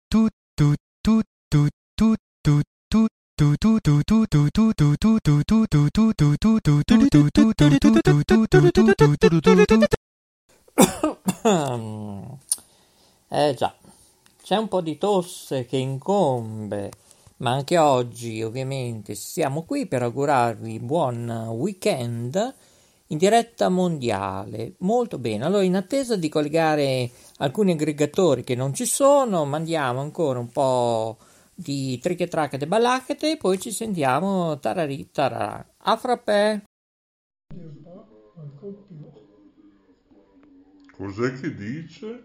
Già, c'è un po' di tosse che incombe, ma anche oggi ovviamente siamo qui per augurarvi buon weekend in diretta mondiale. Molto bene, allora in attesa di collegare alcuni aggregatori che non ci sono, mandiamo ancora un po' di tricche tracche e ballacche e poi ci sentiamo tararì tararà. A frappè! Cos'è che dice?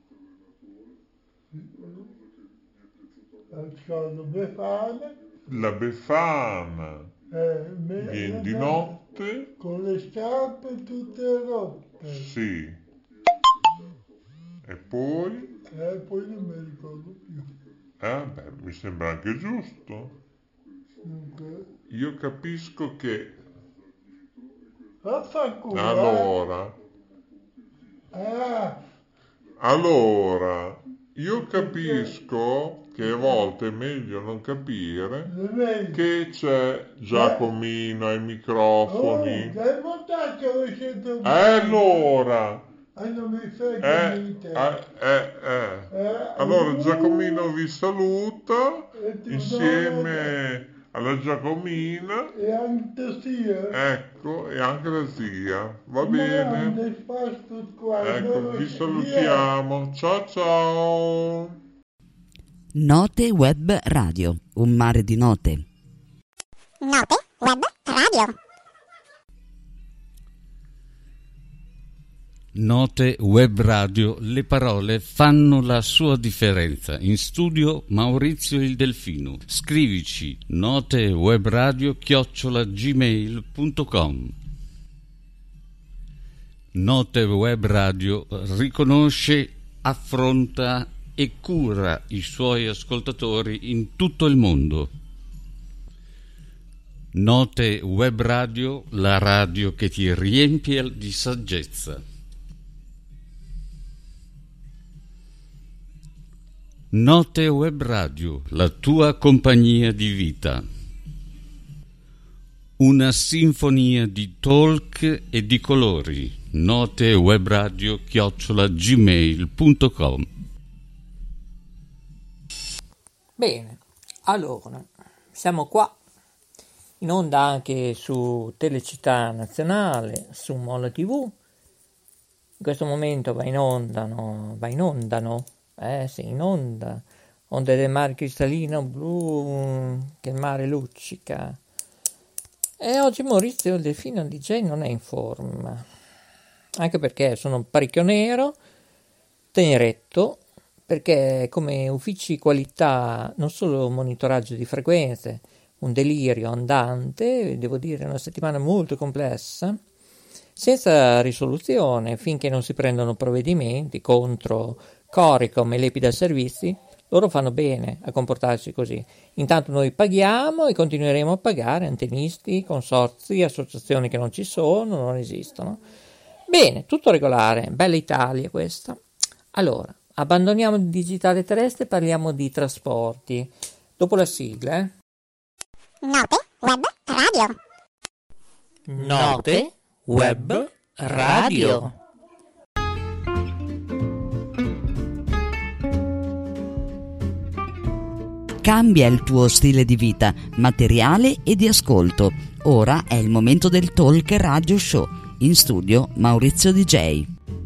La Befana viene di notte con le scarpe tutte rotte. Sì. E poi? Poi non mi ricordo più. Mi sembra anche giusto. Dunque. Io capisco che Vaffanculo. Allora, io capisco che a volte è meglio non capire che c'è Giacomino ai microfoni. Allora, non mi frega niente. allora Giacomino vi saluta insieme alla Giacomina e anche la zia. Ecco, e anche la zia. Va bene. Ecco, vi Via. salutiamo. Ciao ciao. Note Web Radio, un mare di note. Note Web Radio. Note Web Radio, le parole fanno la sua differenza. In studio Maurizio il Delfino. Scrivici notewebradio@gmail.com. Note Web Radio riconosce, affronta e cura i suoi ascoltatori in tutto il mondo. Note Web Radio, la radio che ti riempie di saggezza. Note Web Radio, la tua compagnia di vita. Una sinfonia di talk e di colori. notewebradio@gmail.com. Bene, allora, siamo qua, in onda anche su Telecittà Nazionale, su Mola TV. In questo momento va in onda, onde del mare cristallino blu che il mare luccica. E oggi Maurizio il Delfino DJ non è in forma, anche perché sono parecchio nero, teneretto, perché come uffici qualità non solo monitoraggio di frequenze, un delirio andante, devo dire una settimana molto complessa, senza risoluzione finché non si prendono provvedimenti contro Coricom e Lepida Servizi. Loro fanno bene a comportarsi così. Intanto noi paghiamo e continueremo a pagare antennisti, consorzi, associazioni che non ci sono, non esistono. Bene, tutto regolare, bella Italia questa. Allora, abbandoniamo il digitale terrestre e parliamo di trasporti. Dopo la sigla, Note Web Radio. Note Web Radio. Cambia il tuo stile di vita, materiale e di ascolto. Ora è il momento del Talk Radio Show. In studio Maurizio DJ.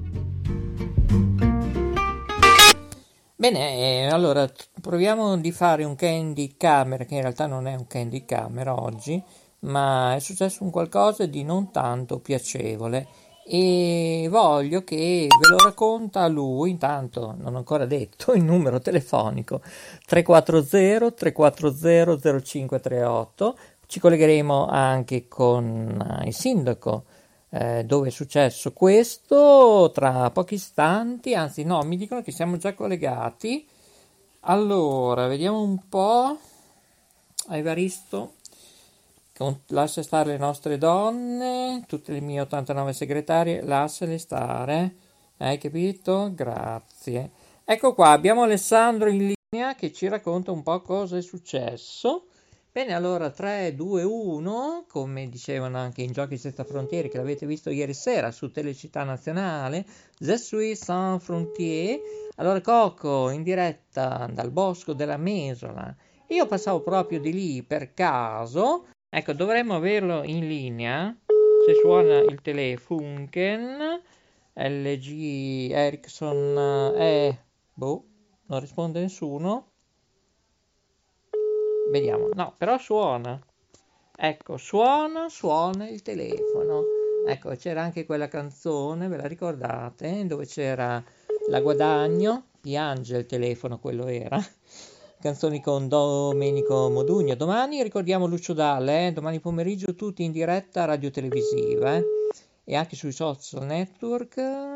Bene, allora proviamo di fare un Candy Camera, che in realtà non è un Candy Camera oggi, ma è successo un qualcosa di non tanto piacevole e voglio che ve lo racconta lui. Intanto non ho ancora detto il numero telefonico 340 340 0538. Ci collegheremo anche con il sindaco dove è successo questo tra pochi istanti, anzi no, mi dicono che siamo già collegati. Allora, vediamo un po'. Evaristo, lascia stare le nostre donne, tutte le mie 89 segretarie, lasciale stare, hai capito? Grazie. Ecco qua, abbiamo Alessandro in che ci racconta un po' cosa è successo. Bene, allora 3, 2, 1, come dicevano anche in Giochi senza frontiere, che l'avete visto ieri sera su Telecittà Nazionale, Je suis sans frontières. Allora Coco in diretta dal bosco della Mesola. Io passavo proprio di lì per caso. Ecco, dovremmo averlo in linea. Se suona il telefunken, LG Ericsson, non risponde nessuno. Vediamo, no, però suona. Ecco, suona il telefono. Ecco, c'era anche quella canzone, ve la ricordate? Dove c'era La Guadagno, piange il telefono, quello era. Canzoni con Domenico Modugno. Domani ricordiamo Lucio Dalla, domani pomeriggio tutti in diretta radiotelevisiva, e anche sui social network,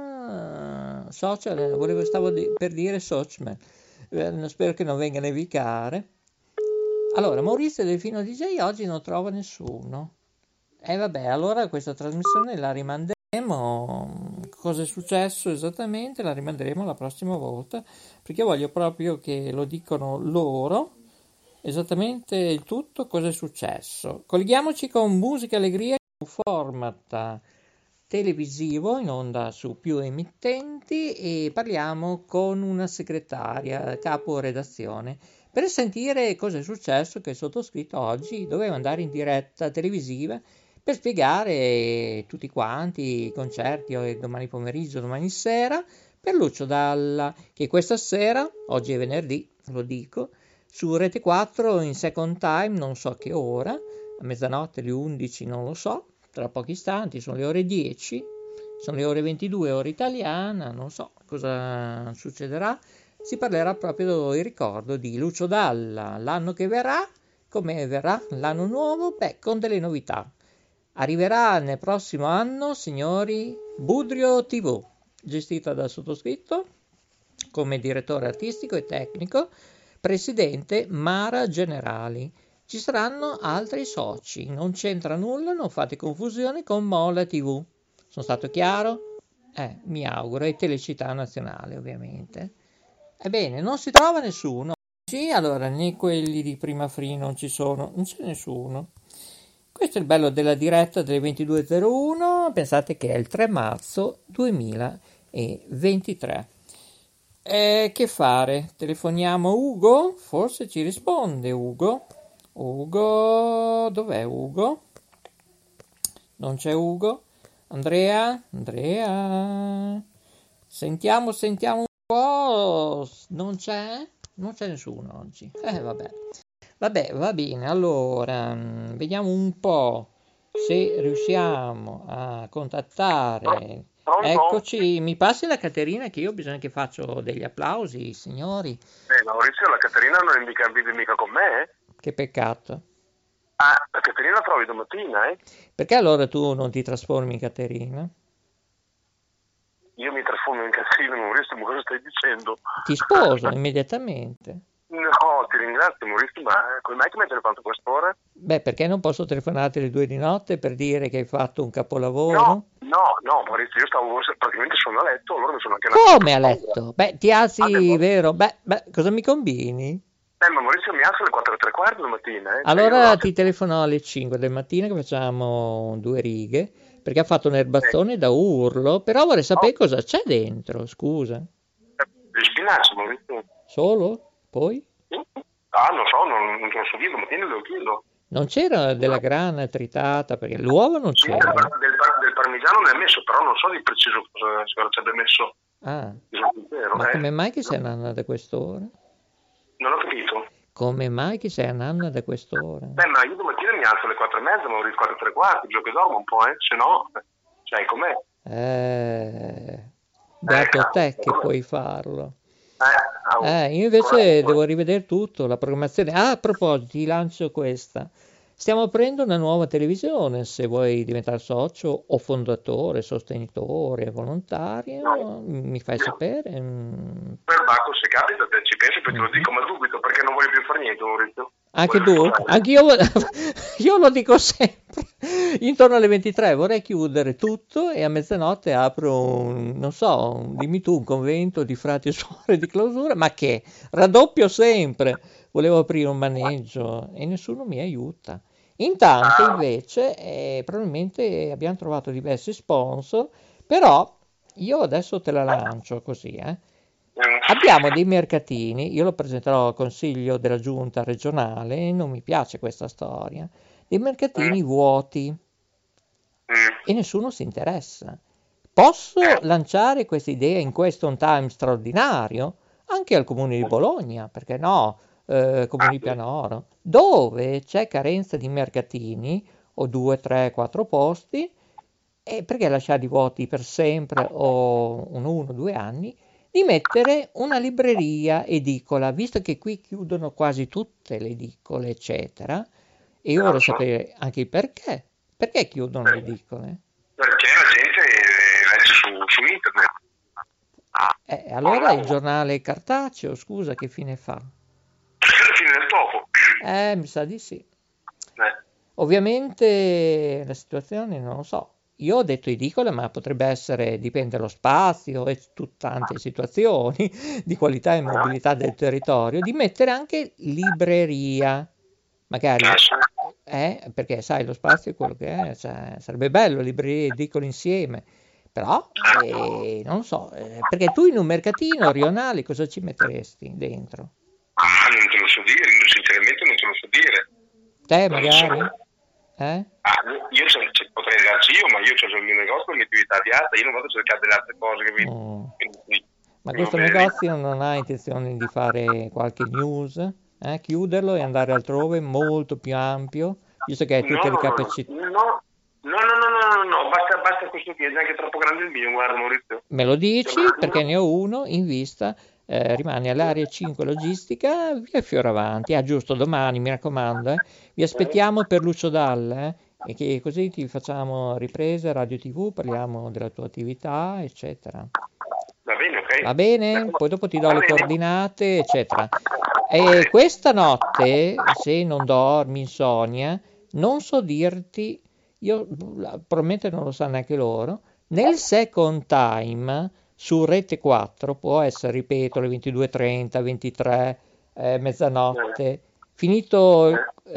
stavo per dire social, spero che non venga a nevicare. Allora, Maurizio Delfino DJ oggi non trova nessuno. E vabbè, allora questa trasmissione la rimanderemo. Cosa è successo esattamente? La rimanderemo la prossima volta, perché voglio proprio che lo dicano loro esattamente il tutto, cosa è successo. Colleghiamoci con Musica Allegria, un format televisivo in onda su più emittenti, e parliamo con una segretaria, capo redazione, per sentire cosa è successo, che il sottoscritto oggi doveva andare in diretta televisiva per spiegare tutti quanti i concerti domani pomeriggio, domani sera, per Lucio Dalla, che questa sera, oggi è venerdì, lo dico, su Rete 4 in second time, non so che ora, a mezzanotte, alle 11, non lo so, tra pochi istanti, sono le ore 10, sono le ore 22, ora italiana, non so cosa succederà. Si parlerà proprio del ricordo di Lucio Dalla, l'anno che verrà, come verrà l'anno nuovo? Beh, con delle novità. Arriverà nel prossimo anno, signori, Budrio TV, gestita dal sottoscritto come direttore artistico e tecnico, presidente Mara Generali. Ci saranno altri soci, non c'entra nulla, non fate confusione con Mola TV. Sono stato chiaro? Mi auguro, e Telecittà Nazionale ovviamente. Ebbene, non si trova nessuno oggi, allora né quelli di Prima Free non ci sono, non c'è nessuno. Questo è il bello della diretta delle 22.01, pensate che è il 3 marzo 2023. Che fare? Telefoniamo Ugo? Forse ci risponde Ugo. Ugo, dov'è Ugo? Non c'è Ugo? Andrea? Sentiamo un po', non c'è nessuno oggi. Vabbè, va bene, allora vediamo un po' se riusciamo a contattare. Eccoci, mi passi la Caterina, che io bisogna che faccio degli applausi, signori. Maurizio, la Caterina non indica il video mica con me? Che peccato. La Caterina la trovi domattina, Perché allora tu non ti trasformi in Caterina? Io mi trasformo in Caterina, Maurizio, ma cosa stai dicendo? Ti sposo immediatamente. No, ti ringrazio Maurizio, ma come mai che mi hai telefonato a quest'ora? Beh, perché non posso telefonarti alle 2 di notte per dire che hai fatto un capolavoro? No, Maurizio, io stavo praticamente sono a letto, allora mi sono anche... Come a letto? Beh, ti alzi, vero? Beh, cosa mi combini? Ma Maurizio, mi alzo alle 4:15 domattina. Allora ti telefono alle 5 del mattino, che facciamo 2 righe, perché ha fatto un erbazzone da urlo, però vorrei sapere cosa c'è dentro, scusa. Gli spinaci, Maurizio. Solo? Poi? Non so, non te lo so dire, domattina lo chiedo. Non c'era della grana tritata, perché l'uovo non c'era. Del parmigiano ne è messo, però non so di preciso cosa ci abbia messo. Ma come mai che sei a nanna da quest'ora? Non ho capito. Come mai che sei a nanna da quest'ora? Ma io domattina mi alzo alle 4:30, Maurizio, 4:15, gioco e dormo un po', se no, sai com'è. Beato te che puoi farlo. Io invece devo rivedere tutto, la programmazione. A proposito, ti lancio questa. Stiamo aprendo una nuova televisione, se vuoi diventare socio o fondatore, sostenitore, volontario, mi fai sapere. Per Bacco, se capita, ci penso, poi te lo dico, ma dubito, perché non voglio più fare niente, Maurizio. Anche tu? Anche io lo dico sempre. Intorno alle 23 vorrei chiudere tutto e a mezzanotte apro non so, dimmi tu, un convento di frati e suore di clausura, ma che raddoppio sempre. Volevo aprire un maneggio e nessuno mi aiuta. Intanto invece probabilmente abbiamo trovato diversi sponsor, però io adesso te la lancio così, Abbiamo dei mercatini, io lo presenterò al consiglio della giunta regionale, non mi piace questa storia, dei mercatini vuoti e nessuno si interessa. Posso lanciare questa idea in question time straordinario anche al comune di Bologna, perché no, comune di Pianoro, dove c'è carenza di mercatini o 2, 3, 4 posti, e perché lasciarli vuoti per sempre o 1, 2 anni, di mettere una libreria edicola, visto che qui chiudono quasi tutte le edicole, eccetera, e io vorrei sapere anche il perché. Perché chiudono le edicole? Perché la gente legge su internet. Allora il giornale cartaceo, scusa, che fine fa? La fine del topo. Mi sa di sì. Ovviamente la situazione non lo so. Io ho detto edicola, ma potrebbe essere, dipende dallo spazio e tante situazioni di qualità e mobilità del territorio, di mettere anche libreria, magari, perché sai, lo spazio è quello che è, cioè, sarebbe bello librerie e edicole insieme, però non so, perché tu in un mercatino rionale cosa ci metteresti dentro? Non te lo so dire, sinceramente non te lo so dire. Te magari? Io potrei darci io, ma io ho il mio negozio, la mia attività avviata, io non vado a cercare delle altre cose, capito? Ma questo negozio non ha intenzione di fare qualche news? Chiuderlo e andare altrove molto più ampio, visto che hai tutte le capacità? No, basta questo qui, è neanche troppo grande il mio, guarda Maurizio. Me lo dici? Perché ne ho uno in vista, rimane all'area 5 logistica, via Fioravanti. Giusto, domani, mi raccomando, vi aspettiamo per Lucio Dalla, e che così ti facciamo riprese, radio TV, parliamo della tua attività, eccetera. Va bene, ok. Va bene? Poi dopo ti do le coordinate, eccetera. E questa notte, se non dormi, insonnia, non so dirti, io probabilmente non lo sa neanche loro, nel second time su Rete 4 può essere, ripeto, le 22:30, 23, mezzanotte, finito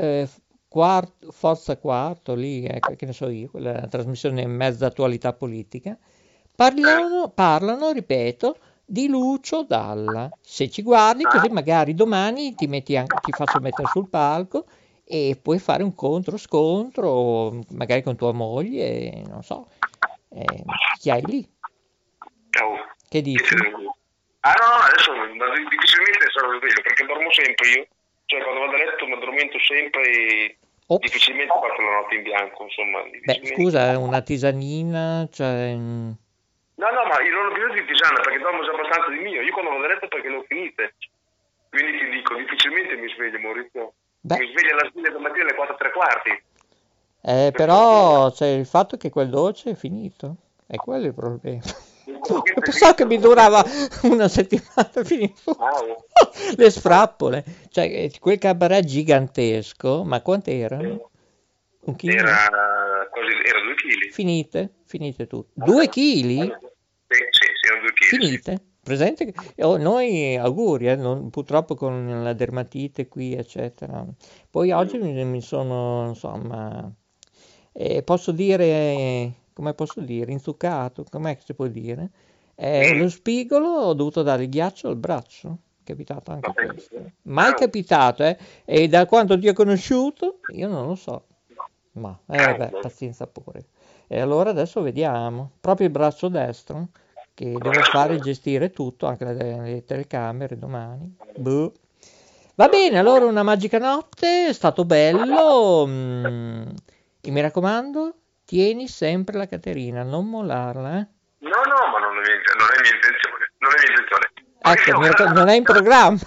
Forza Quarto, lì, che ne so io, quella trasmissione in mezza attualità politica, parlano, ripeto, di Lucio Dalla. Se ci guardi, così magari domani ti faccio mettere sul palco e puoi fare un contro-scontro, magari con tua moglie, non so, chi hai lì? Che dici? No, adesso difficilmente sarò sveglio, perché dormo sempre io, cioè quando vado a letto mi addormento sempre e difficilmente faccio la notte in bianco, insomma. Beh, scusa, una tisanina, cioè... No, ma io non ho bisogno di tisana perché dormo già abbastanza di mio. Io quando vado a letto perché le ho finite. Quindi ti dico, difficilmente mi sveglio, Maurizio. Mi sveglio alla sveglia domattina alle 4:03. Però c'è il fatto che quel dolce è finito. È quello il problema. Pensavo che mi durava una settimana finito. Le sfrappole. Cioè, quel cabaret gigantesco, ma quante erano? Un chilo? Era 2 chili. Finite tutte. 2 chili? Sì, erano 2 chili. Finite? Presente che noi auguri, purtroppo con la dermatite qui, eccetera. Poi oggi mi sono, insomma, posso dire, come posso dire, inzuccato, com'è che si può dire? Lo spigolo, ho dovuto dare il ghiaccio al braccio. È capitato anche questo. Mai capitato, e da quando ti ho conosciuto, io non lo so. Ma, pazienza pure. E allora adesso vediamo, proprio il braccio destro, che devo fare gestire tutto, anche le telecamere domani. Va bene, allora una magica notte, è stato bello, e mi raccomando, tieni sempre la Caterina, non mollarla, No, ma non è mia intenzione. Ecco, non è in programma.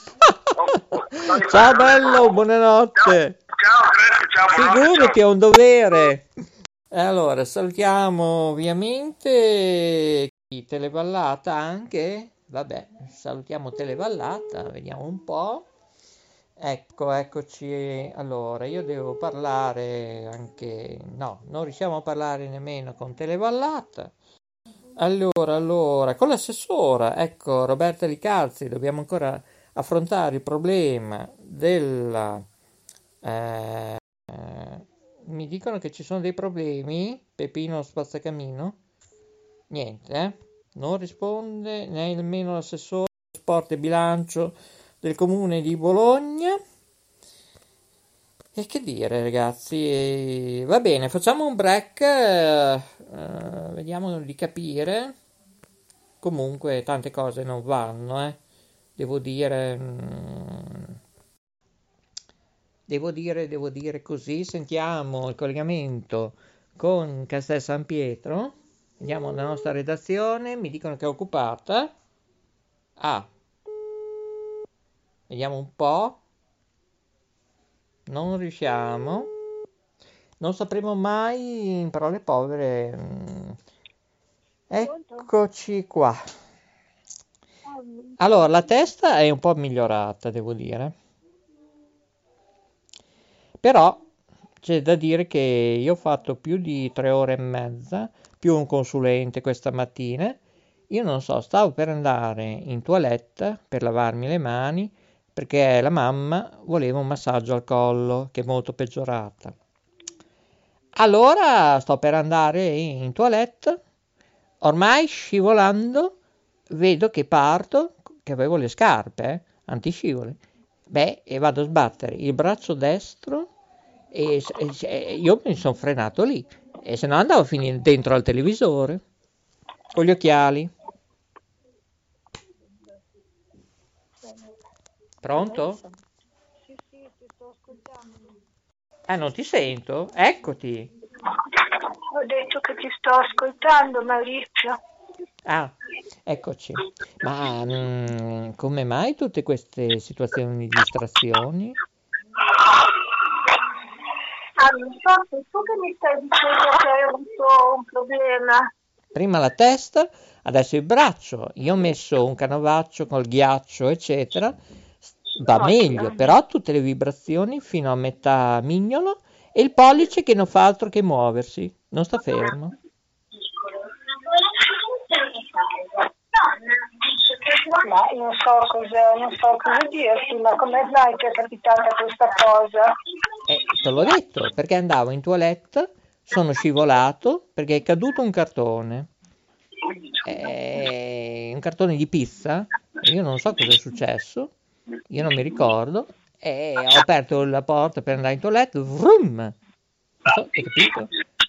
Ciao bello, buonanotte. Ciao, grazie, ciao. Figurati, è un dovere. Allora, salutiamo ovviamente Televallata anche. Vabbè, salutiamo Televallata, vediamo un po'. Eccoci. Allora, io devo parlare anche... No, non riusciamo a parlare nemmeno con Televallata. Allora, con l'assessora, ecco, Roberta Licalzi, dobbiamo ancora affrontare il problema della... mi dicono che ci sono dei problemi, Peppino Spazzacamino? Niente, non risponde nemmeno l'assessore sport e bilancio del comune di Bologna. E che dire, ragazzi, va bene, facciamo un break, vediamo di capire. Comunque tante cose non vanno, devo dire così. Sentiamo il collegamento con Castel San Pietro, andiamo nella nostra redazione, mi dicono che è occupata. Vediamo un po'. Non riusciamo. Non sapremo mai, in parole povere. Eccoci qua. Allora, la testa è un po' migliorata, devo dire. Però c'è da dire che io ho fatto più di 3 ore e mezza, più un consulente questa mattina. Io non so, stavo per andare in toilette per lavarmi le mani, perché la mamma voleva un massaggio al collo, che è molto peggiorata. Allora sto per andare in toilette, ormai scivolando vedo che parto, che avevo le scarpe antiscivoli, e vado a sbattere il braccio destro e io mi sono frenato lì, e se no andavo a finire dentro al televisore con gli occhiali. Pronto? Sì, ti sto ascoltando. Non ti sento? Eccoti. Ho detto che ti sto ascoltando, Maurizio. Eccoci. Ma come mai tutte queste situazioni di distrazioni? Non so, sei tu che mi stai dicendo che hai avuto un problema. Prima la testa, adesso il braccio. Io ho messo un canovaccio col ghiaccio, eccetera. Va meglio, però tutte le vibrazioni fino a metà mignolo e il pollice che non fa altro che muoversi, non sta fermo. Ma non so cosa dirti, ma come mai ti è capitata questa cosa? Te l'ho detto, perché andavo in toilette, sono scivolato perché è caduto un cartone di pizza, io non so cosa è successo. Io non mi ricordo, e ho aperto la porta per andare in toilette, vrum! Non so, hai capito?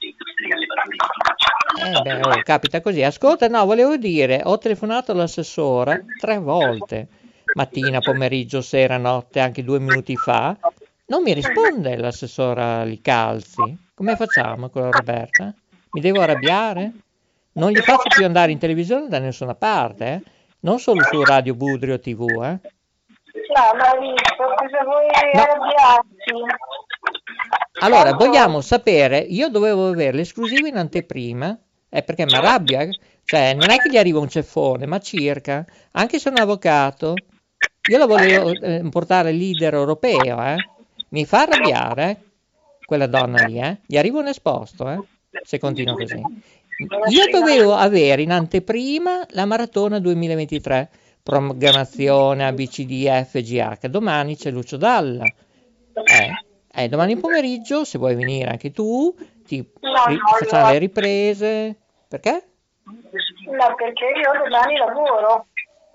Capita così. Ascolta, no, volevo dire, ho telefonato all'assessora 3 volte, mattina, pomeriggio, sera, notte, anche 2 minuti fa. Non mi risponde l'assessora Licalzi. Come facciamo con la Roberta? Mi devo arrabbiare? Non gli faccio più andare in televisione da nessuna parte, non solo su Radio Budrio TV, No, Maurizio, cosa vuoi arrabbiarti? Allora, vogliamo sapere, io dovevo avere l'esclusiva in anteprima, perché mi arrabbia, cioè non è che gli arriva un ceffone, ma circa, anche se è un avvocato, io la volevo portare leader europeo, mi fa arrabbiare, quella donna lì, gli arriva un esposto, se continua così. Io dovevo avere in anteprima la maratona 2023, programmazione ABCDFGH. Domani c'è Lucio Dalla. Domani pomeriggio, se vuoi venire anche tu, facciamo le riprese. Perché? No, perché io domani lavoro.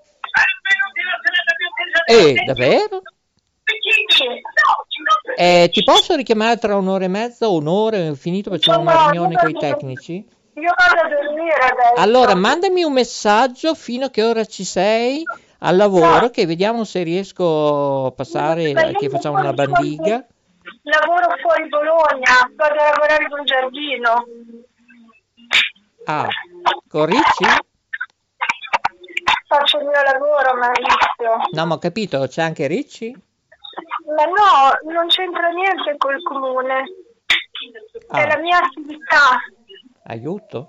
Davvero? Ti posso richiamare tra un'ora e mezza o un'ora? Finito, facciamo una riunione con i tecnici? Io vado a dormire adesso. Allora, mandami un messaggio fino a che ora ci sei al lavoro, che vediamo se riesco a passare, che facciamo una bandiga. Lavoro fuori Bologna, vado a lavorare in un giardino. Con Ricci? Faccio il mio lavoro, Maurizio. No, ma ho capito, c'è anche Ricci? Ma no, non c'entra niente col comune. È la mia attività. Aiuto.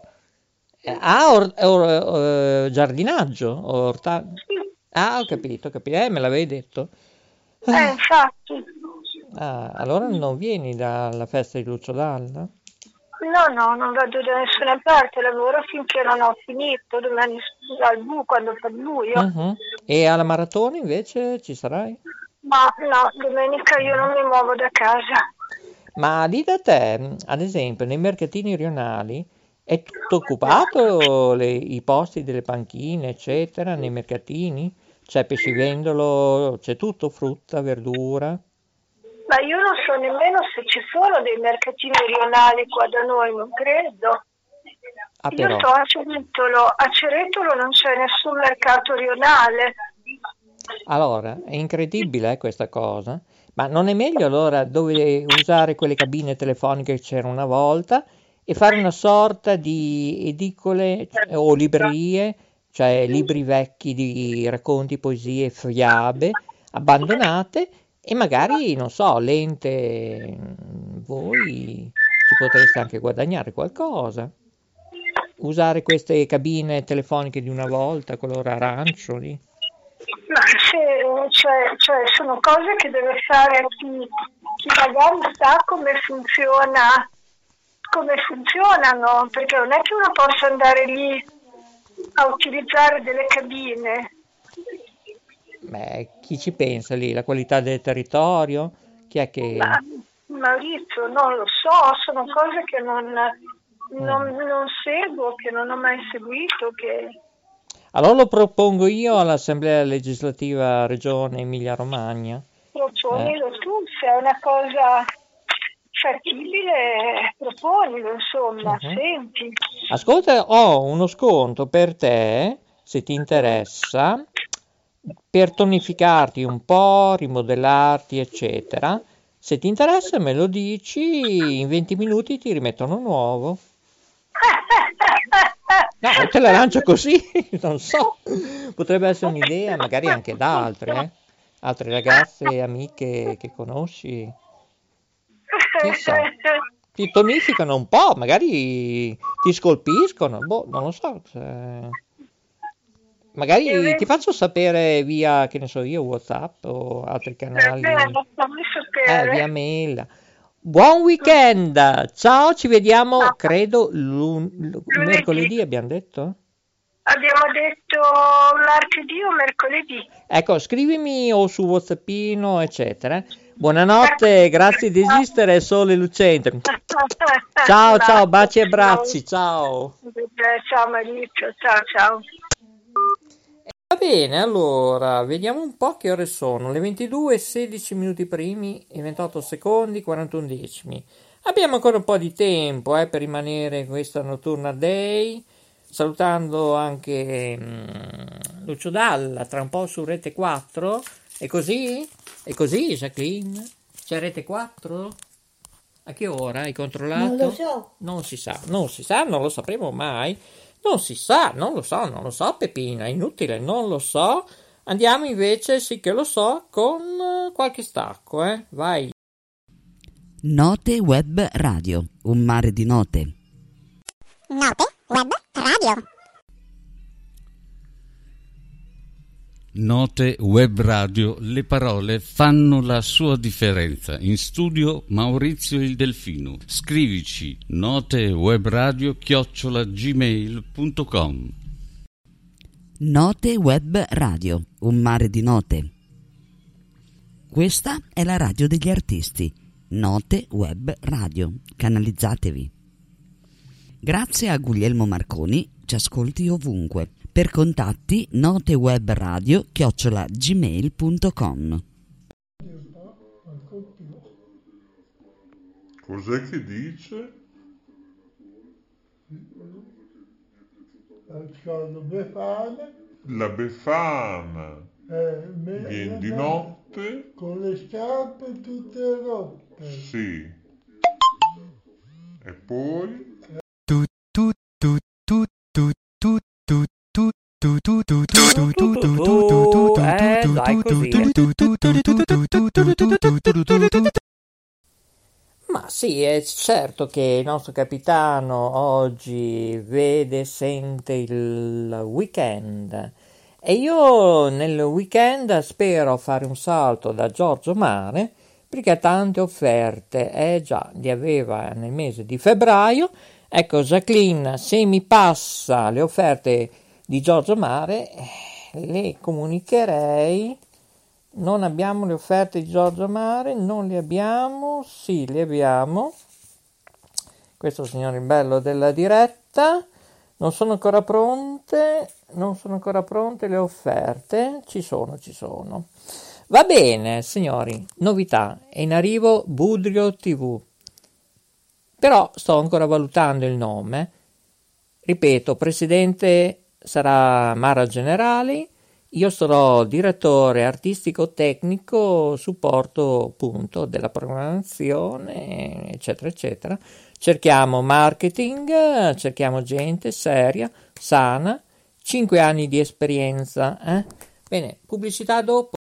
Giardinaggio? Ho capito, me l'avevi detto. Infatti. Allora non vieni dalla festa di Lucio Dalla? No, non vado da nessuna parte, lavoro finché non ho finito, domani quando fa buio. E alla maratona invece ci sarai? Ma no, domenica io non mi muovo da casa. Ma lì da te, ad esempio, nei mercatini rionali è tutto occupato, i posti delle panchine, eccetera, nei mercatini? C'è pescivendolo, c'è tutto, frutta, verdura? Ma io non so nemmeno se ci sono dei mercatini rionali qua da noi, non credo. Io Però. sto a Ceretolo non c'è nessun mercato rionale. Allora, è incredibile questa cosa, ma non è meglio allora dove usare quelle cabine telefoniche che c'erano una volta e fare una sorta di edicole o librerie, cioè libri vecchi di racconti, poesie, fiabe, abbandonate e magari, non so, l'ente, voi ci potreste anche guadagnare qualcosa. Usare queste cabine telefoniche di una volta, color arancio lì. Ma cioè, sono cose che deve fare chi magari sa come funzionano, perché non è che uno possa andare lì a utilizzare delle cabine. Beh, chi ci pensa lì? La qualità del territorio? Chi è che... Maurizio, non lo so, sono cose che non seguo, che non ho mai seguito, che... Allora lo propongo io all'Assemblea Legislativa Regione Emilia-Romagna. Proponilo tu, se è una cosa fattibile, proponilo, insomma, senti. Ascolta, ho uno sconto per te, se ti interessa, per tonificarti un po', rimodellarti, eccetera. Se ti interessa me lo dici, in 20 minuti ti rimettono nuovo. No, te la lancio così, non so, potrebbe essere un'idea, magari anche da altre ragazze, amiche che conosci, chissà, ti tonificano un po', magari ti scolpiscono, non lo so, magari ti faccio sapere via, che ne so io, WhatsApp o altri canali, via mail. Buon weekend, ciao, ci vediamo credo mercoledì abbiamo detto? Abbiamo detto martedì o mercoledì. Ecco, scrivimi o su WhatsAppino eccetera. Buonanotte, grazie di esistere, sole lucente. Ciao, baci e abbracci, ciao. Ciao Maurizio, ciao. Va bene, allora, vediamo un po' che ore sono. Le 22, 16 minuti primi e 28 secondi, 41 decimi. Abbiamo ancora un po' di tempo per rimanere in questa notturna day, salutando anche Lucio Dalla, tra un po' su Rete 4. È così? È così, Jacqueline? C'è Rete 4? A che ora? Hai controllato? Non lo so. Non si sa, non lo sapremo mai. Non si sa, non lo so Peppina, è inutile, non lo so. Andiamo invece, sì che lo so, con qualche stacco, vai. Note Web Radio, un mare di note. Note Web Radio. Note Web Radio, le parole fanno la sua differenza. In studio Maurizio il Delfino. Scrivici notewebradio@gmail.com. Note Web Radio, un mare di note. Questa è la radio degli artisti. Note Web Radio, canalizzatevi. Grazie a Guglielmo Marconi, ci ascolti ovunque. Per contatti notewebradio@gmail.com. Cos'è che dice? La Befana viene di notte con le scarpe tutte rotte. Sì. E poi dai così. Ma sì, è certo che il nostro capitano oggi vede e sente il weekend E io nel weekend spero fare un salto da Giorgio Mare, perché ha tante offerte, già li aveva nel mese di febbraio. Ecco, Jacqueline, se mi passa le offerte di Giorgio Mare, le comunicherei. Non abbiamo le offerte di Giorgio Mare, non le abbiamo, sì, le abbiamo. Questo, signori, il bello della diretta. Non sono ancora pronte le offerte, ci sono. Va bene, signori, novità, è in arrivo Budrio TV. Però sto ancora valutando il nome. Ripeto, presidente sarà Mara Generali, io sarò direttore artistico tecnico, supporto appunto della programmazione, eccetera, eccetera. Cerchiamo marketing, cerchiamo gente seria, sana, 5 anni di esperienza. Bene, pubblicità dopo.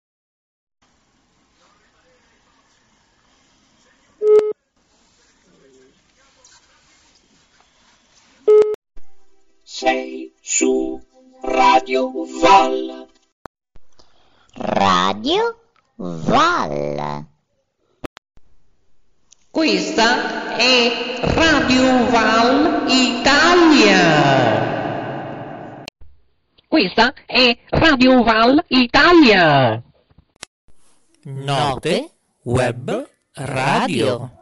Sei su Radio Val. Radio Val. Questa è Radio Val Italia. Questa è Radio Val Italia. Note Web Radio.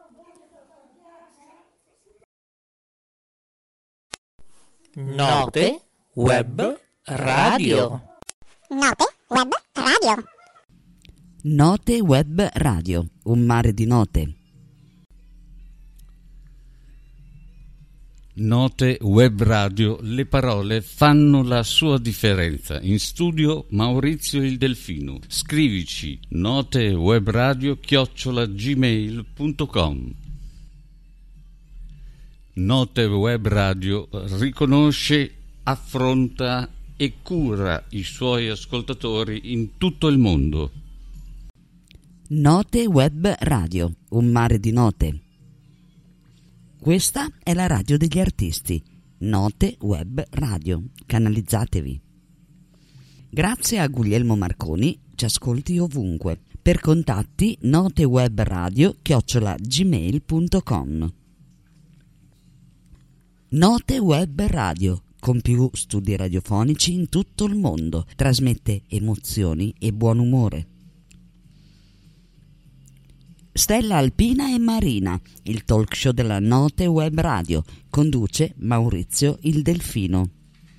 Note Web Radio. Note Web Radio. Note Web Radio, un mare di note. Note Web Radio, le parole fanno la sua differenza. In studio Maurizio il Delfino. Scrivici notewebradio@gmail.com. Note Web Radio riconosce, affronta e cura i suoi ascoltatori in tutto il mondo. Note Web Radio, un mare di note. Questa è la radio degli artisti. Note Web Radio. Canalizzatevi. Grazie a Guglielmo Marconi, ci ascolti ovunque. Per contatti notewebradio@gmail.com. Note Web Radio, con più studi radiofonici in tutto il mondo. Trasmette emozioni e buon umore. Stella Alpina e Marina, il talk show della Note Web Radio. Conduce Maurizio il Delfino.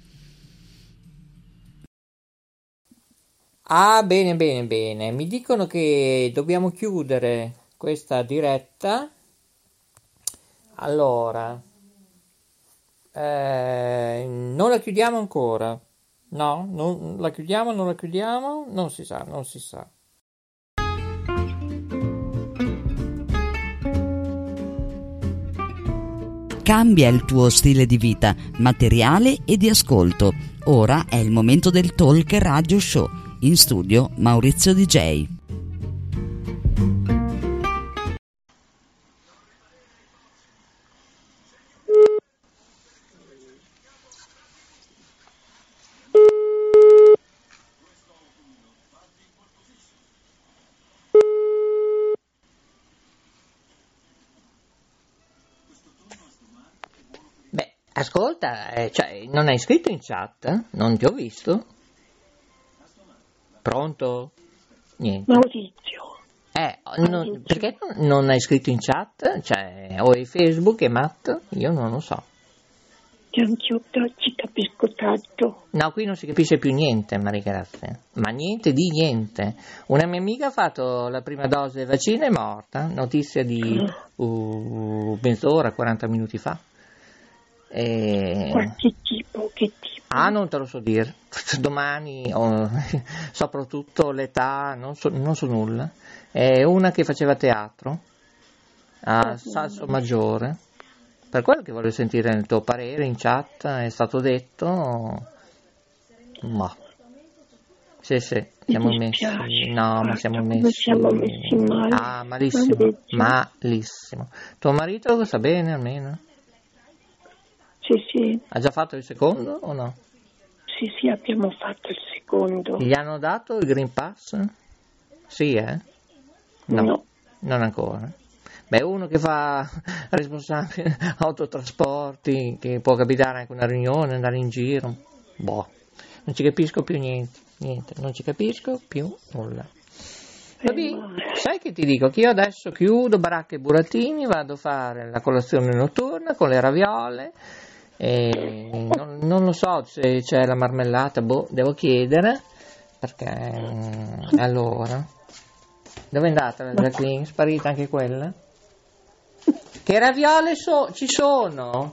Ah, bene. Mi dicono che dobbiamo chiudere questa diretta. Allora, non la chiudiamo ancora? No? Non la chiudiamo? Non si sa. Cambia il tuo stile di vita, materiale e di ascolto. Ora è il momento del Talk Radio Show. In studio Maurizio DJ. Ascolta, non hai scritto in chat? Non ti ho visto? Pronto? Niente. Maurizio. Perché non hai scritto in chat? O è Facebook, è Matt? Io non lo so. Anch'io ci capisco tanto. No, qui non si capisce più niente, Maria Grazia. Ma niente di niente. Una mia amica ha fatto la prima dose del vaccino e è morta. Notizia di mezz'ora, 40 minuti fa. Qualche tipo, che tipo? Non te lo so dire. Domani, soprattutto l'età, non so nulla. È una che faceva teatro a Salso Maggiore. Per quello che voglio sentire il tuo parere in chat, è stato detto. Ma sì, siamo messi. No, ma siamo messi. Siamo messi male. Malissimo. Tuo marito sta bene almeno? Sì. Ha già fatto il secondo o no? Sì, abbiamo fatto il secondo. Gli hanno dato il Green Pass? Sì, No, non ancora. Beh, uno che fa responsabile autotrasporti, che può capitare anche una riunione, andare in giro, non ci capisco più niente, non ci capisco più nulla. Sai che ti dico? Che io adesso chiudo baracca e burattini, vado a fare la colazione notturna con le raviole, e non lo so se c'è la marmellata, devo chiedere, perché allora, dove è andata la Jacqueline? Sparita anche quella? Che raviole ci sono?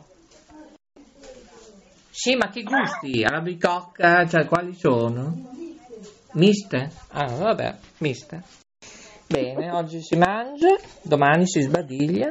Sì, ma che gusti? Alla bicocca, cioè quali sono? Miste? Ah, vabbè, miste. Bene, oggi si mangia, domani si sbadiglia.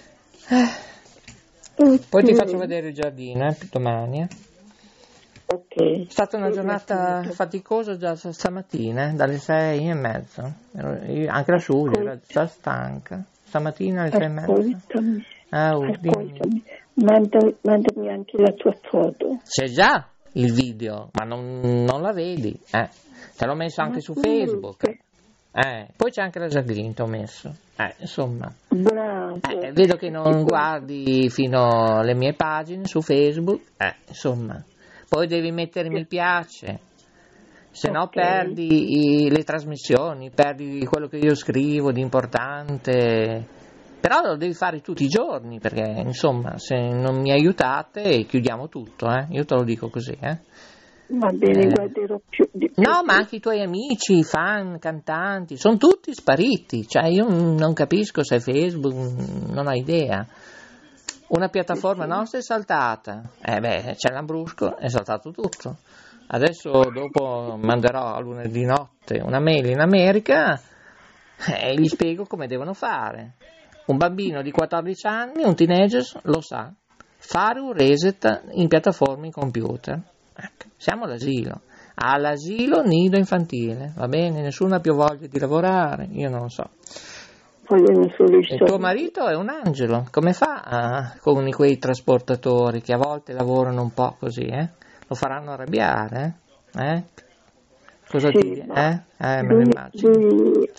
Poi ti faccio vedere il giardino, domani. Ok. È stata una giornata faticosa già stamattina, dalle 6:30. Anche la Giulia era già stanca. Stamattina alle 6:30. Ascoltami, mandami anche la tua foto. C'è già il video, ma non la vedi. Te l'ho messo anche su Facebook. Poi c'è anche la Jacqueline, ti ho messo. Insomma. Bravo. Vedo che non guardi fino alle mie pagine su Facebook. Insomma. Poi devi mettere mi piace. Se no perdi le trasmissioni, perdi quello che io scrivo di importante, però lo devi fare tutti i giorni, perché insomma se non mi aiutate chiudiamo tutto, io te lo dico così. Va bene, guarderò più. No, ma anche i tuoi amici, fan, cantanti, sono tutti spariti, cioè io non capisco se Facebook, non ho idea. Una piattaforma nostra è saltata, c'è l'Ambrusco, è saltato tutto. Adesso dopo manderò a lunedì notte una mail in America e gli spiego come devono fare. Un bambino di 14 anni, un teenager, lo sa, fare un reset in piattaforme in computer. Siamo all'asilo nido infantile, va bene? Nessuno ha più voglia di lavorare, io non lo so. Il tuo marito è un angelo, come fa con quei trasportatori che a volte lavorano un po' così, Lo faranno arrabbiare, Cosa ti dice? Me lo immagino. Lui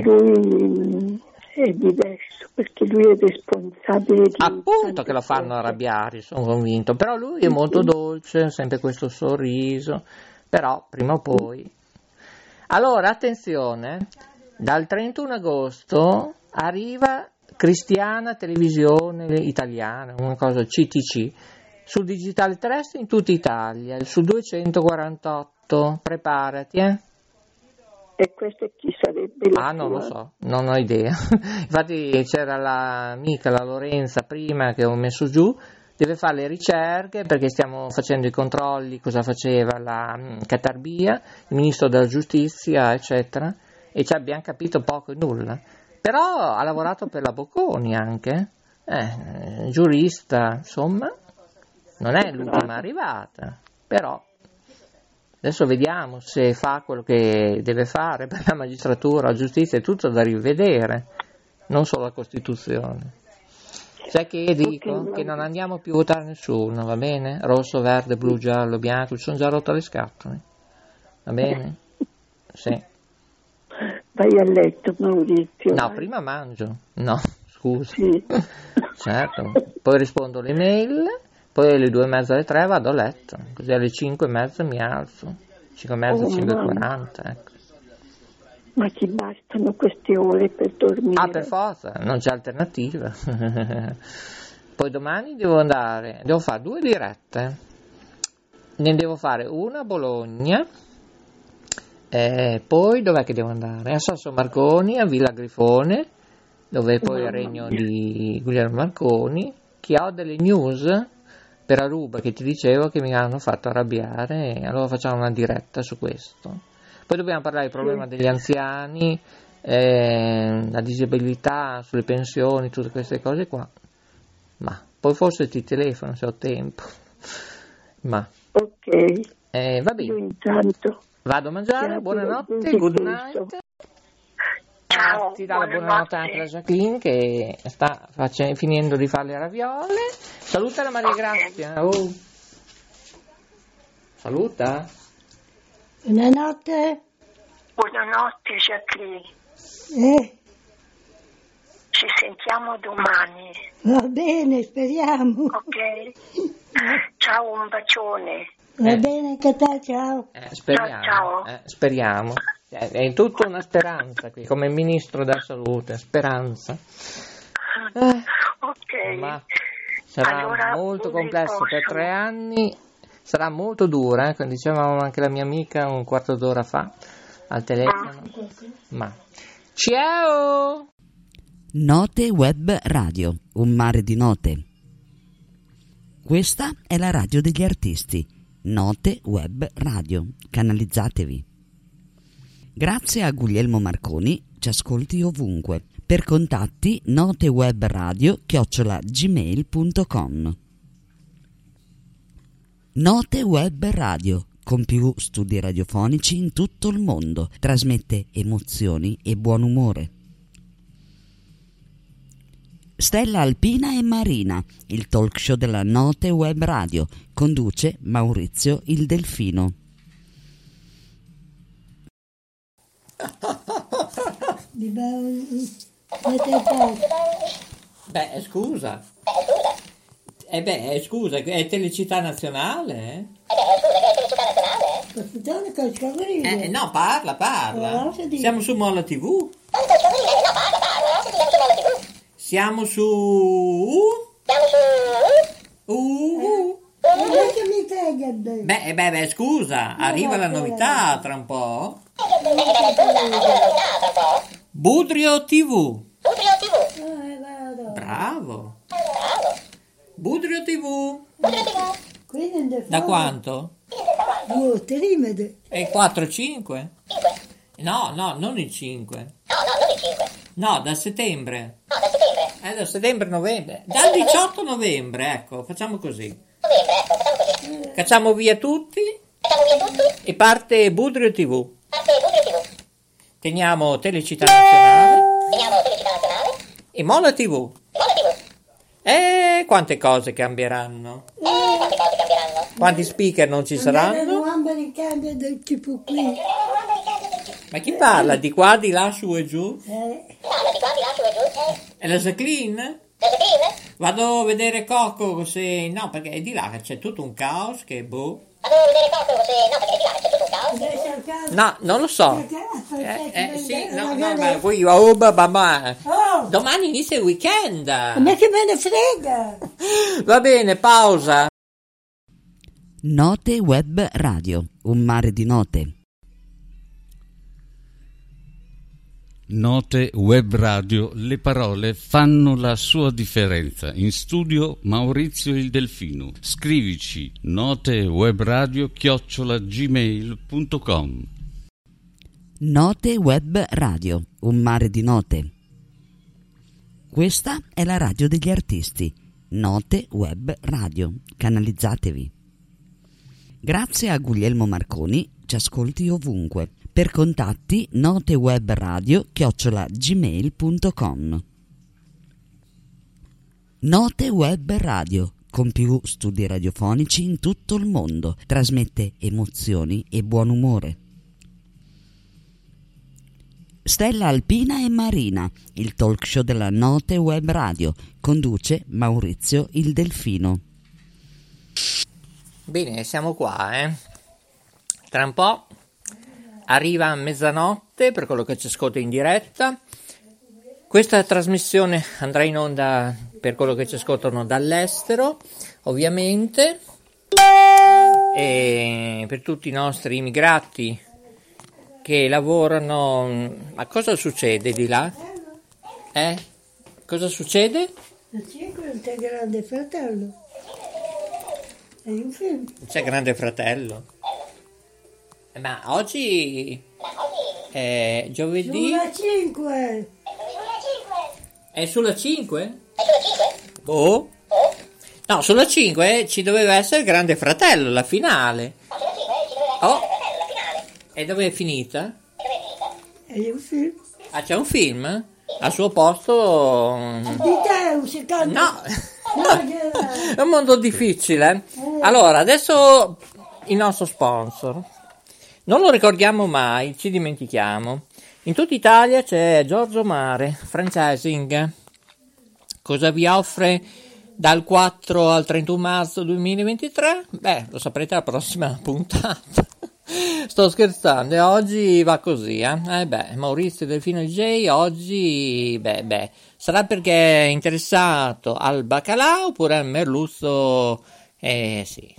è diverso, perché lui è responsabile di... Appunto che lo fanno arrabbiare, sono convinto, però lui è molto dolce, sempre questo sorriso, però prima o poi... Allora, attenzione, dal 31 agosto arriva Cristiana Televisione Italiana, una cosa CTC, sul digitale terrestre in tutta Italia, sul 248, preparati, E questo chi sarebbe? Non lo so, non ho idea. Infatti c'era l'amica, la Lorenza, prima che ho messo giù, deve fare le ricerche perché stiamo facendo i controlli, cosa faceva la Catarbia, il ministro della giustizia, eccetera, e ci abbiamo capito poco e nulla. Però ha lavorato per la Bocconi anche, giurista, insomma. Non è l'ultima arrivata, però adesso vediamo se fa quello che deve fare per la magistratura, la giustizia, è tutto da rivedere, non solo la Costituzione. Sai che dico? Che non andiamo più a votare nessuno, va bene? Rosso, verde, blu, giallo, bianco, ci sono già rotte le scatole, va bene? Sì. Vai a letto, Maurizio. No, prima mangio. No, scusa. Sì. Certo, poi rispondo alle mail. Poi alle 2:30, alle 3 vado a letto, così alle 5:30 mi alzo, 5:30, 5:40, ecco. Ma ti bastano queste ore per dormire? Per forza, non c'è alternativa. Poi domani devo fare 2 dirette, ne devo fare una a Bologna, poi dov'è che devo andare? A Sasso Marconi, a Villa Grifone, dove poi è il regno di Guglielmo Marconi, che ho delle news per Aruba che ti dicevo che mi hanno fatto arrabbiare, e allora facciamo una diretta su questo. Poi dobbiamo parlare del problema degli anziani, la disabilità, sulle pensioni, tutte queste cose qua. Ma poi forse ti telefono se ho tempo. Ma ok, va bene. Io intanto vado a mangiare, buonanotte, good night. Ciao, Ti dà la buonanotte anche la Jacqueline che sta finendo di fare le raviole. Saluta la Maria Grazia. Saluta. Buonanotte. Buonanotte Jacqueline, ci sentiamo domani. Va bene, speriamo. Ok? Ciao, un bacione. Va bene anche a te, ciao. Speriamo. Ciao. Speriamo. È tutta una speranza qui, come ministro della salute, speranza. Ok. Ma sarà allora, molto un complesso per ricorso. 3 anni, sarà molto dura, come diceva anche la mia amica un quarto d'ora fa al telefono. Ma ciao! Note Web Radio, un mare di note. Questa è la radio degli artisti. Note Web Radio, canalizzatevi. Grazie a Guglielmo Marconi, ci ascolti ovunque. Per contatti notewebradio@gmail.com. Note Web Radio, con più studi radiofonici in tutto il mondo, trasmette emozioni e buon umore. Stella Alpina e Marina, il talk show della Note Web Radio, conduce Maurizio il Delfino. Beh, scusa. Scusa, è Telecittà Nazionale? No, parla. Siamo su Molla TV. Siamo su... Beh, scusa, arriva la novità tra un po'. Budrio TV. Bravo. Budrio TV. Da quanto? 4, 5? No, non il 5. No, da settembre. Da settembre-novembre. Dal 18 novembre, ecco, facciamo così. Cacciamo via tutti e parte Budrio TV. Teniamo Telecittà Nazionale e Molla TV. Quante cose cambieranno? Quanti speaker non ci saranno? Ma chi parla? Di qua, di là, su e giù? È la Jacqueline? Vado a vedere Coco se... No, perché è di là che c'è tutto un caos che boh. No, non lo so. Sì, no, ma poi domani inizia il weekend. Ma che me ne frega! Va bene, pausa. Note Web Radio, un mare di note. Note Web Radio, le parole fanno la sua differenza. In studio Maurizio il Delfino. Scrivici notewebradio@gmail.com. Note Web Radio, un mare di note. Questa è la radio degli artisti. Note Web Radio, canalizzatevi. Grazie a Guglielmo Marconi, ci ascolti ovunque. Per contatti notewebradio@gmail.com. Note Web Radio, con più studi radiofonici in tutto il mondo, trasmette emozioni e buon umore. Stella Alpina e Marina, il talk show della Note Web Radio, conduce Maurizio il Delfino. Bene, siamo qua, Tra un po' arriva a mezzanotte per quello che ci ascolta in diretta. Questa trasmissione andrà in onda per quello che ci ascoltano dall'estero, ovviamente, e per tutti i nostri immigrati che lavorano. Ma cosa succede di là? Cosa succede? C'è Grande Fratello. È un film. C'è Grande Fratello. Ma oggi è giovedì. Sulla 5. È sulla 5? Oh. No, sulla 5 ci doveva essere Grande Fratello, la finale. Oh. E dove è finita? È un film. Ah, c'è un film? Al suo posto... Di te un secondo. No. È un mondo difficile. Allora, adesso il nostro sponsor. Non lo ricordiamo mai, ci dimentichiamo. In tutta Italia c'è Giorgio Mare, franchising. Cosa vi offre dal 4 al 31 marzo 2023? Beh, lo saprete alla prossima puntata. Sto scherzando, e oggi va così, Maurizio Delfino DJ oggi, sarà perché è interessato al baccalà oppure al merluzzo? Sì,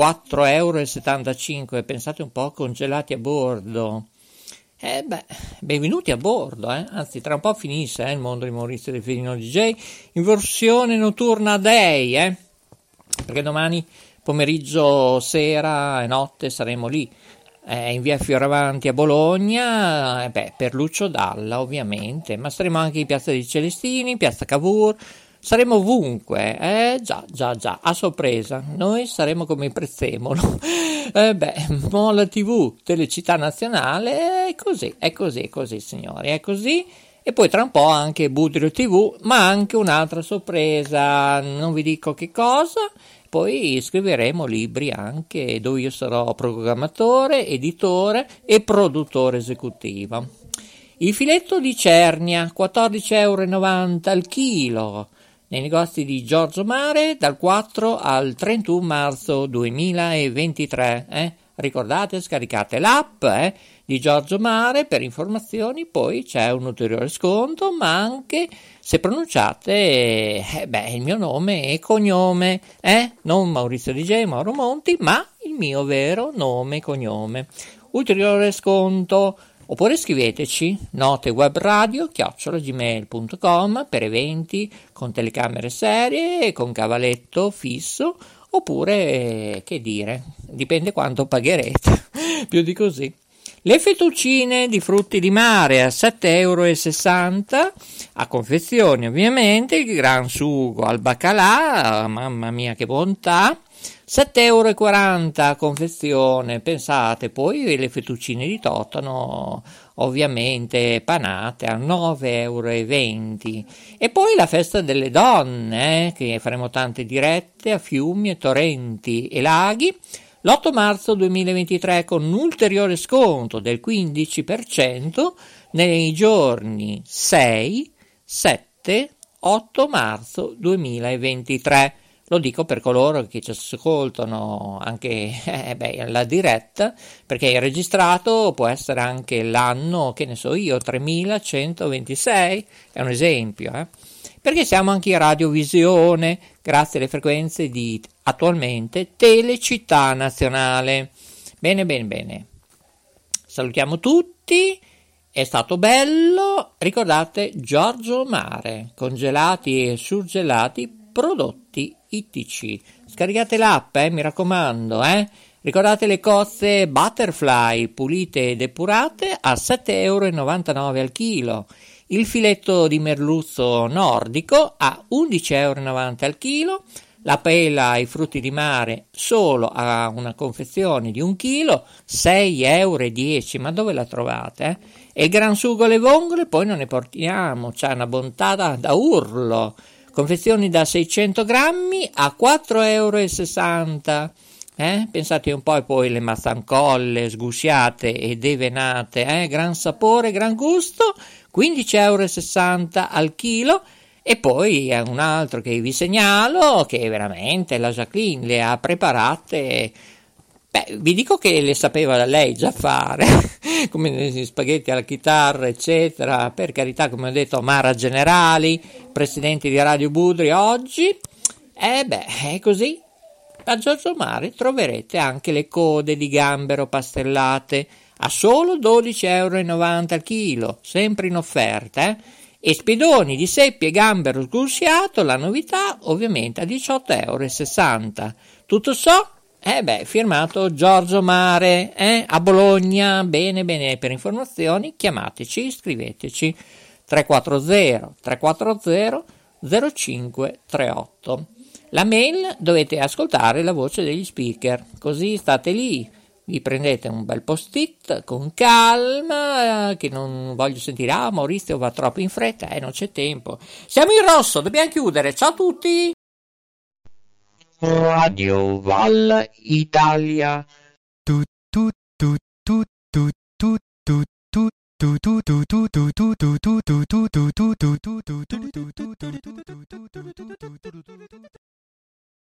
4,75 €, pensate un po', congelati a bordo. Benvenuti a bordo, anzi tra un po' finisce il mondo di Maurizio Delfino DJ in versione notturna day, perché domani pomeriggio, sera e notte saremo lì in via Fioravanti a Bologna, per Lucio Dalla ovviamente, ma saremo anche in piazza dei Celestini, piazza Cavour, saremo ovunque, già, a sorpresa, noi saremo come il Prezzemolo, Mola TV, Telecittà Nazionale, è così signori, è così. E poi tra un po' anche Budrio TV, ma anche un'altra sorpresa, non vi dico che cosa. Poi scriveremo libri anche dove io sarò programmatore, editore e produttore esecutivo. Il filetto di Cernia, 14,90 € al chilo, nei negozi di Giorgio Mare dal 4 al 31 marzo 2023. Ricordate, scaricate l'app di Giorgio Mare per informazioni, poi c'è un ulteriore sconto, ma anche se pronunciate il mio nome e cognome, non Maurizio DJ, Mauro Monti, ma il mio vero nome e cognome. Ulteriore sconto, oppure scriveteci notewebradio@gmail.com per eventi con telecamere serie, con cavalletto fisso, oppure, che dire, dipende quanto pagherete, più di così. Le fettuccine di frutti di mare a 7,60 € a confezione, ovviamente, il gran sugo al baccalà, mamma mia che bontà, 7,40 € a confezione, pensate, poi le fettuccine di totano, ovviamente panate a 9,20 €. E poi la festa delle donne, che faremo tante dirette a fiumi e torrenti e laghi, l'8 marzo 2023 con un ulteriore sconto del 15% nei giorni 6, 7, 8 marzo 2023. Lo dico per coloro che ci ascoltano anche alla diretta, perché il registrato può essere anche l'anno, che ne so io, 3126, è un esempio, perché siamo anche in radiovisione, grazie alle frequenze di, attualmente, Telecittà Nazionale. Bene. Salutiamo tutti, è stato bello, ricordate Giorgio Mare, congelati e surgelati, prodotti ittici. Scaricate l'app, mi raccomando, Ricordate le cozze Butterfly pulite ed epurate a 7,99 € al chilo. Il filetto di merluzzo nordico a 11,90 € al chilo. La pela ai frutti di mare solo a una confezione di 1 chilo, 6,10 €, ma dove la trovate? E il gran sugo alle vongole poi non ne portiamo, c'è una bontà da urlo. Confezioni da 600 grammi a 4,60 €. Pensate un po', e poi le mazzancolle sgusciate e devenate, gran sapore, gran gusto, 15,60 € al chilo. E poi è un altro che vi segnalo, che veramente la Jacqueline le ha preparate, vi dico che le sapeva da lei già fare, come gli spaghetti alla chitarra, eccetera, per carità, come ho detto, Mara Generali, presidente di Radio Budri oggi, è così. A Giorgio Mare troverete anche le code di gambero pastellate a solo 12,90 € al chilo, sempre in offerta, e spedoni di seppie e gambero sgusciato, la novità, ovviamente a 18,60 €. Tutto ciò firmato Giorgio Mare, a Bologna. Bene, per informazioni chiamateci, scriveteci 340 0538. La mail, dovete ascoltare la voce degli speaker, così state lì, vi prendete un bel post-it con calma, che non voglio sentire, Maurizio va troppo in fretta, non c'è tempo. Siamo in rosso, dobbiamo chiudere, ciao a tutti! Radio Val Italia